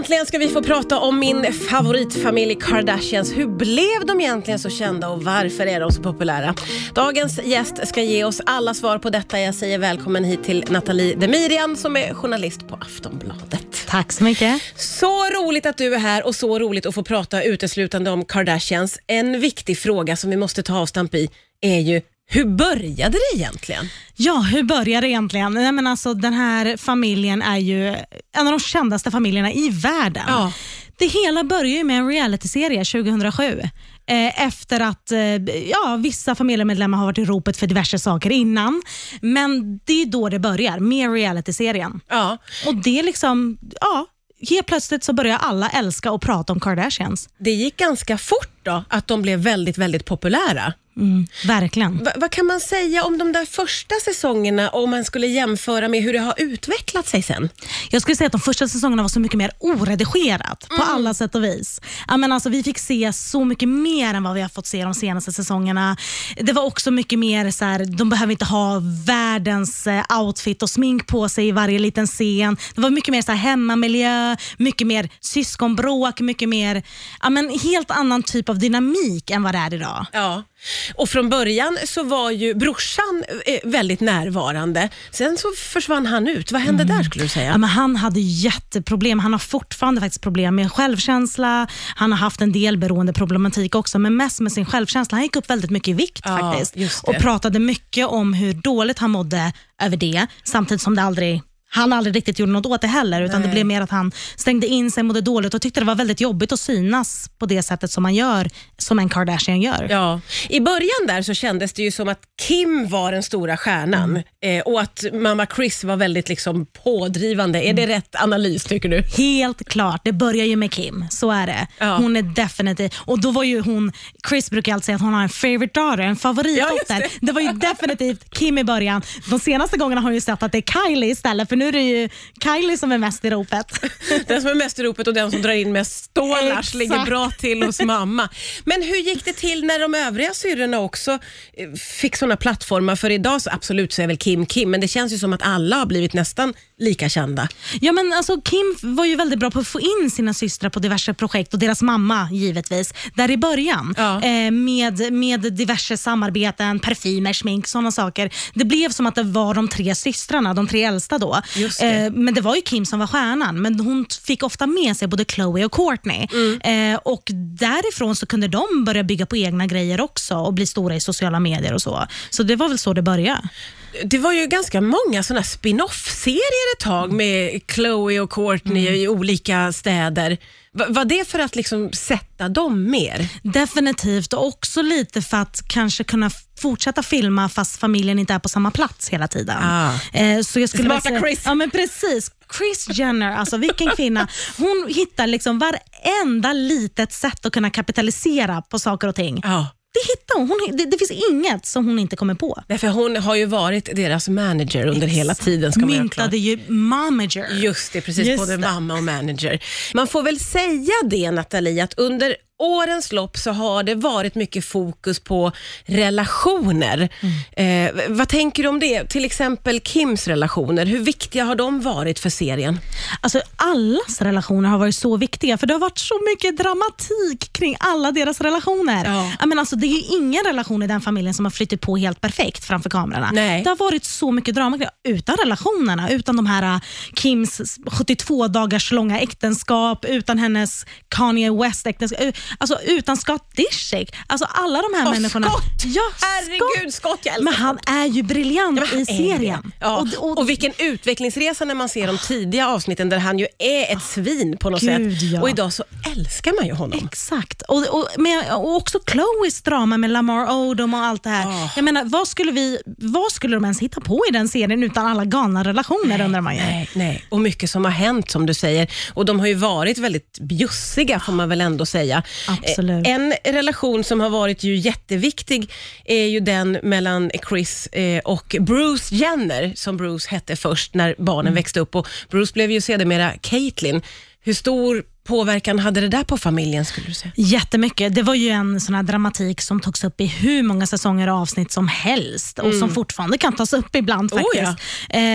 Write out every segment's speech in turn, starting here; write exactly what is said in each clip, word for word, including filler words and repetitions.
Äntligen ska vi få prata om min favoritfamilj Kardashians. Hur blev de egentligen så kända och varför är de så populära? Dagens gäst ska ge oss alla svar på detta. Jag säger välkommen hit till Nathalie Demirian som är journalist på Aftonbladet. Tack så mycket. Så roligt att du är här och så roligt att få prata uteslutande om Kardashians. En viktig fråga som vi måste ta avstamp i är ju: hur började det egentligen? Ja, hur började det egentligen? Nej, men alltså, den här familjen är ju en av de kändaste familjerna i världen. Ja. Det hela började ju med en realityserie tjugohundrasju. Eh, efter att eh, ja, vissa familjemedlemmar har varit i ropet för diverse saker innan. Men det är då det börjar, med realityserien. Ja. Och det är liksom, ja... helt plötsligt så börjar alla älska och prata om Kardashians. Det gick ganska fort då att de blev väldigt, väldigt populära. Mm, verkligen. Va- vad kan man säga om de där första säsongerna om man skulle jämföra med hur det har utvecklat sig sen? Jag skulle säga att de första säsongerna var så mycket mer oredigerat på mm. alla sätt och vis. Ja, men alltså, vi fick se så mycket mer än vad vi har fått se de senaste säsongerna. Det var också mycket mer så här, de behöver inte ha världens eh, outfit och smink på sig i varje liten scen. Det var mycket mer så här hemmamiljö, mycket mer syskonbråk, mycket mer, ja, men helt annan typ av dynamik än vad det är idag. Ja. Och från början så var ju brorsan väldigt närvarande. Sen så försvann han ut. Vad hände mm. där skulle du säga? Ja, men han hade jätteproblem. Han har fortfarande faktiskt problem med självkänsla. Han har haft en del beroendeproblematik också. Men mest med sin självkänsla. Han gick upp väldigt mycket i vikt ja, faktiskt. Och pratade mycket om hur dåligt han mådde över det. Samtidigt som det aldrig... Han aldrig riktigt gjorde något åt det heller, utan Nej. Det blev mer att han stängde in sig, mådde dåligt och tyckte det var väldigt jobbigt att synas på det sättet som man gör, som en Kardashian gör. Ja. I början där så kändes det ju som att Kim var den stora stjärnan mm. eh, och att mamma Kris var väldigt liksom pådrivande. Mm. Är det rätt analys tycker du? Helt klart, det börjar ju med Kim, så är det. Ja. Hon är definitivt, och då var ju hon, Kris brukar alltid säga att hon har en favorite daughter, en favoritdotter. Ja, det. det var ju definitivt Kim i början. De senaste gångerna har jag ju sett att det är Kylie istället, för nu är det ju Kylie som är mest i ropet. Den som är mest i ropet och den som drar in mest stålars ligger bra till hos mamma. Men hur gick det till när de övriga syrrorna också fick såna plattformar? För idag så absolut så är väl Kim Kim, men det känns ju som att alla har blivit nästan lika kända. Ja, men alltså Kim var ju väldigt bra på att få in sina systrar på diverse projekt och deras mamma givetvis, där i början ja. eh, med, med diverse samarbeten, parfymer, smink, sådana saker. Det blev som att det var de tre systrarna, de tre äldsta då. Just det. Eh, men det var ju Kim som var stjärnan, men hon fick ofta med sig både Khloe och Kourtney. Mm. Eh, och därifrån så kunde de börja bygga på egna grejer också och bli stora i sociala medier och så. Så det var väl så det började. Det var ju ganska många såna spin-off-serier ett tag med Khloe och Kourtney mm. i olika städer. V- var det för att liksom sätta dem mer? Definitivt, och också lite för att kanske kunna fortsätta filma fast familjen inte är på samma plats hela tiden. Ah. Eh, så jag skulle Smarta säga, Chris. Ja, men precis. Kris Jenner, alltså vilken kvinna. Hon hittar liksom varenda litet sätt att kunna kapitalisera på saker och ting. Ah. Det hittar hon. hon det, det finns inget som hon inte kommer på. Därför hon har ju varit deras manager under Exakt. hela tiden. Ska man myntade ju manager. Just det, precis. Just både det. mamma och manager. Man får väl säga det, Nathalie, att under årens lopp så har det varit mycket fokus på relationer. Mm. Eh, vad tänker du om det? Till exempel Kims relationer. Hur viktiga har de varit för serien? Alltså allas relationer har varit så viktiga, för det har varit så mycket dramatik kring alla deras relationer. Ja. Jag menar, alltså, det är ju ingen relation i den familjen som har flyttat på helt perfekt framför kamerorna. Nej. Det har varit så mycket drama utan relationerna, utan de här uh, Kims sjuttiotvå dagars långa äktenskap, utan hennes Kanye West äktenskap. Alltså utan Scott Disick. Alltså alla de här oh, människorna. Scott! Ja, Herregud, Scott, jag men han är ju briljant ja, i serien. Ja. Och, och, och vilken utvecklingsresa när man ser de tidiga avsnitten där han ju är ett svin på något Gud, sätt. Ja. Och idag så älskar man ju honom. Exakt. Och, och, med, och också Khloes drama med Lamar Odom och allt det här. Oh. Jag menar, vad skulle, vi, vad skulle de ens hitta på i den serien utan alla galna relationer, undrar man ju. Nej, nej. Och mycket som har hänt, som du säger. Och de har ju varit väldigt bjussiga, får man väl ändå säga. Absolut. En relation som har varit ju jätteviktig är ju den mellan Kris och Bruce Jenner, som Bruce hette först när barnen mm. växte upp, och Bruce blev ju sedermera Caitlyn. Hur stor påverkan hade det där på familjen, skulle du säga? Jättemycket. Det var ju en sån här dramatik som togs upp i hur många säsonger och avsnitt som helst och mm. som fortfarande kan tas upp ibland faktiskt. Oh, ja. eh,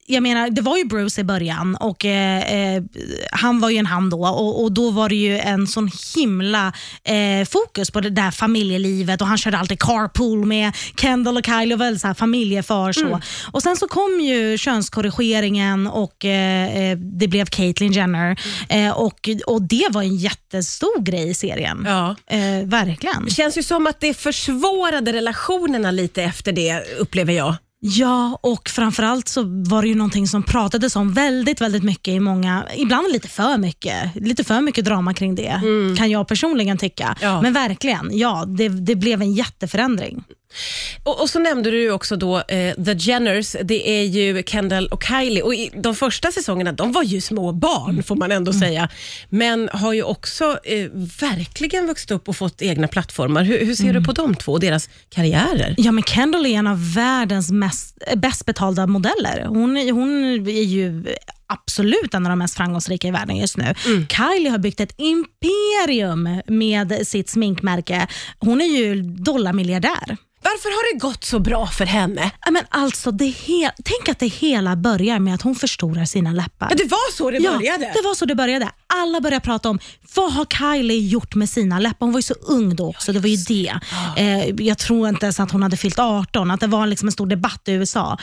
jag menar, det var ju Bruce i början och eh, han var ju en han då och, och då var det ju en sån himla eh, fokus på det där familjelivet och han körde alltid carpool med Kendall och Kylie och väl så här familjefar så. Mm. Och sen så kom ju könskorrigeringen och eh, det blev Caitlyn Jenner mm. eh, och, och det var en jättestor grej i serien. Ja. Eh, verkligen. Det känns ju som att det försvårade relationerna lite efter det, upplever jag. Ja, och framförallt så var det ju någonting som pratades om väldigt, väldigt mycket i många, ibland lite för mycket, lite för mycket drama kring det, mm. kan jag personligen tycka. Ja. Men verkligen, ja, det, det blev en jätteförändring. Och, och så nämnde du ju också då eh, The Jenners, det är ju Kendall och Kylie och i de första säsongerna, de var ju små barn mm. får man ändå mm. säga, men har ju också eh, verkligen vuxit upp och fått egna plattformar. Hur, hur ser mm. du på de två och deras karriärer? Ja, men Kendall är en av världens mest, bäst betalda modeller. Hon, hon är ju absolut en av de mest framgångsrika i världen just nu. Mm. Kylie har byggt ett imperium med sitt sminkmärke. Hon är ju dollarmiljardär. Varför har det gått så bra för henne? Men alltså, det he- tänk att det hela börjar med att hon förstorar sina läppar. Ja, det var så det började. Ja, det var så det började. Alla började prata om, vad har Kylie gjort med sina läppar? Hon var ju så ung då också, ja, det var ju det. Ja. Eh, jag tror inte ens att hon hade fyllt arton, att det var liksom en stor debatt i U S A.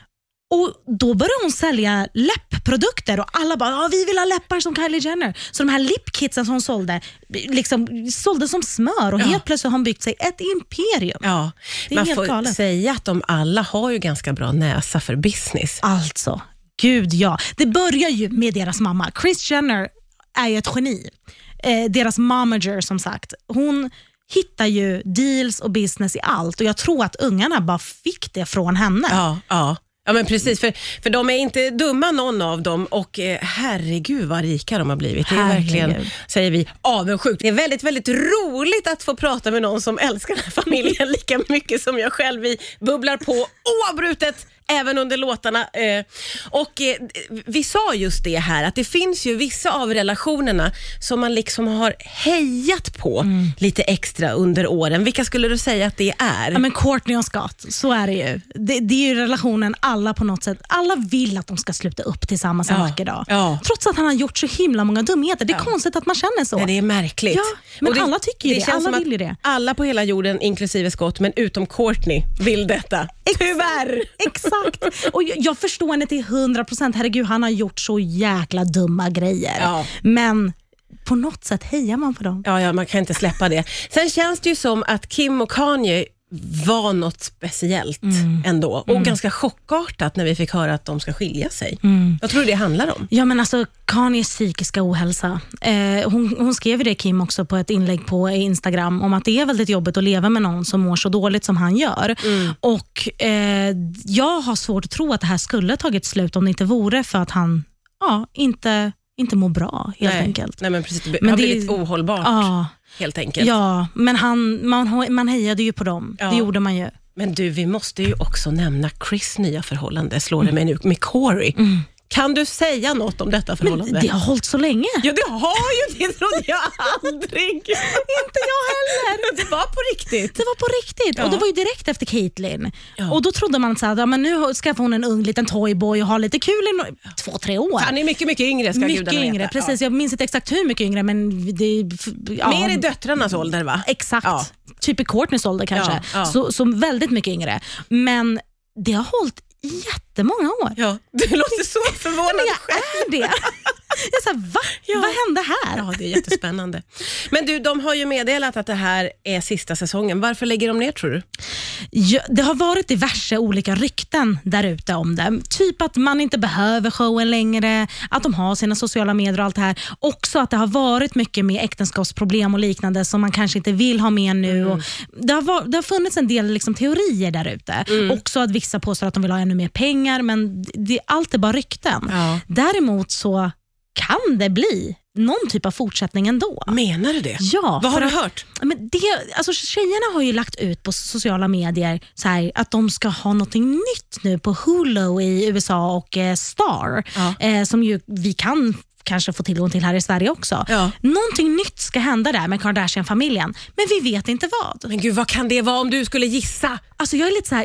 Och då började hon sälja läppprodukter och alla bara, ja, vi vill ha läppar som Kylie Jenner. Så de här lipkitsen som hon sålde liksom sålde som smör och ja. helt plötsligt har hon byggt sig ett imperium. Ja, det är man helt får galet. Säga att de alla har ju ganska bra näsa för business. Alltså, gud ja. Det börjar ju med deras mamma. Kris Jenner är ju ett geni. Eh, deras momager som sagt. Hon hittar ju deals och business i allt och jag tror att ungarna bara fick det från henne. Ja, ja. Ja, men precis, för, för de är inte dumma någon av dem och eh, herregud vad rika de har blivit. Det är herregud. Verkligen, säger vi, avundsjukt. Det är väldigt, väldigt roligt att få prata med någon som älskar den här familjen lika mycket som jag själv. Vi bubblar på oavbrutet även under låtarna. Eh, och eh, vi sa just det här, att det finns ju vissa av relationerna som man liksom har hejat på mm. lite extra under åren. Vilka skulle du säga att det är? Ja, men Kourtney och Scott, så är det ju. Det, det är ju relationen alla på något sätt. Alla vill att de ska sluta upp tillsammans en ja. vacker dag. Ja. Trots att han har gjort så himla många dumheter. Det är ja. konstigt att man känner så. Nej, det är märkligt. Ja, men det, alla tycker ju det. det. Alla vill ju det. Alla på hela jorden, inklusive Scott, men utom Kourtney, vill detta. Tyvärr. Exakt. Och jag, jag förstår henne till hundra procent. Herregud, han har gjort så jäkla dumma grejer. Ja. Men på något sätt hejar man på dem. Ja, ja, man kan inte släppa det. Sen känns det ju som att Kim och Kanye var något speciellt mm. ändå. Och mm. ganska chockartat när vi fick höra att de ska skilja sig. Mm. Vad tror du det handlar om? Ja, men alltså Kanyes psykiska ohälsa. Eh, hon, hon skrev det, Kim, också på ett inlägg på Instagram om att det är väldigt jobbigt att leva med någon som mår så dåligt som han gör. Mm. Och eh, jag har svårt att tro att det här skulle tagit slut om det inte vore för att han ja, inte, inte mår bra, helt Nej. enkelt. Nej, men precis. Det men har det, blivit ohållbart. Ja. Helt enkelt. Ja, men han, man, man hejade ju på dem. Ja. Det gjorde man ju. Men du, vi måste ju också nämna Kris nya förhållande, slår det mig nu, med Corey. Mm. Kan du säga något om detta förhållande? Men det har hållit så länge. Ja, det har ju, det trodde jag aldrig. Inte jag heller. Det var på riktigt. Det var på riktigt. Ja. Och det var ju direkt efter Caitlyn. Ja. Och då trodde man så här, ja, men nu skaffar hon en ung liten toyboy och har lite kul i no- ja. två, tre år. Han är mycket, mycket yngre, ska mycket gudarna yngre, veta. Precis. Ja. Jag minns inte exakt hur mycket yngre, men det... Ja. Mer i döttrarnas ålder, va? Exakt. Ja. Typ i Kourtneys ålder kanske. Ja. Ja. Så, så väldigt mycket yngre. Men det har hållit jättemånga år. Ja, du låter så förvånad. Men jag är det. Jag sa, va? Ja. Vad hände här? Ja, det är jättespännande. Men du, de har ju meddelat att det här är sista säsongen. Varför lägger de ner, tror du? Ja, det har varit diverse olika rykten där ute om det. Typ att man inte behöver showen längre, att de har sina sociala medier och allt det här. Också att det har varit mycket med äktenskapsproblem och liknande som man kanske inte vill ha med nu. Mm. Och det, har var, det har funnits en del liksom, teorier där ute. Mm. Också att vissa påstår att de vill ha ännu mer pengar, men det, allt är bara rykten. Ja. Däremot så kan det bli någon typ av fortsättning ändå. Menar du det? Ja. Vad har du att, hört? Men det, alltså tjejerna har ju lagt ut på sociala medier så här, att de ska ha någonting nytt nu på Hulu i U S A och eh, Star. Ja. Eh, som ju vi kan kanske få tillgång till här i Sverige också. Ja. Någonting nytt ska hända där med Kardashian-familjen. Men vi vet inte vad. Men gud, vad kan det vara om du skulle gissa? Alltså jag är lite så här...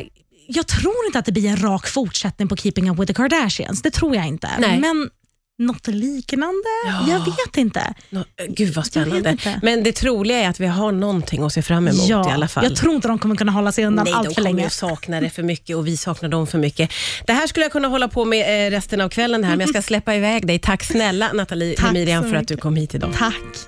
jag tror inte att det blir en rak fortsättning på Keeping Up with the Kardashians. Det tror jag inte. Nej. Men något liknande? Ja. Jag vet inte. No, gud vad spännande. Men det troliga är att vi har någonting att se fram emot ja, i alla fall. Jag tror inte de kommer kunna hålla sig undan Nej, allt för länge. Nej, de kommer sakna det för mycket och vi saknar dem för mycket. Det här skulle jag kunna hålla på med resten av kvällen här, men jag ska släppa iväg dig. Tack snälla Nathalie Miriam för att du kom hit idag. Tack.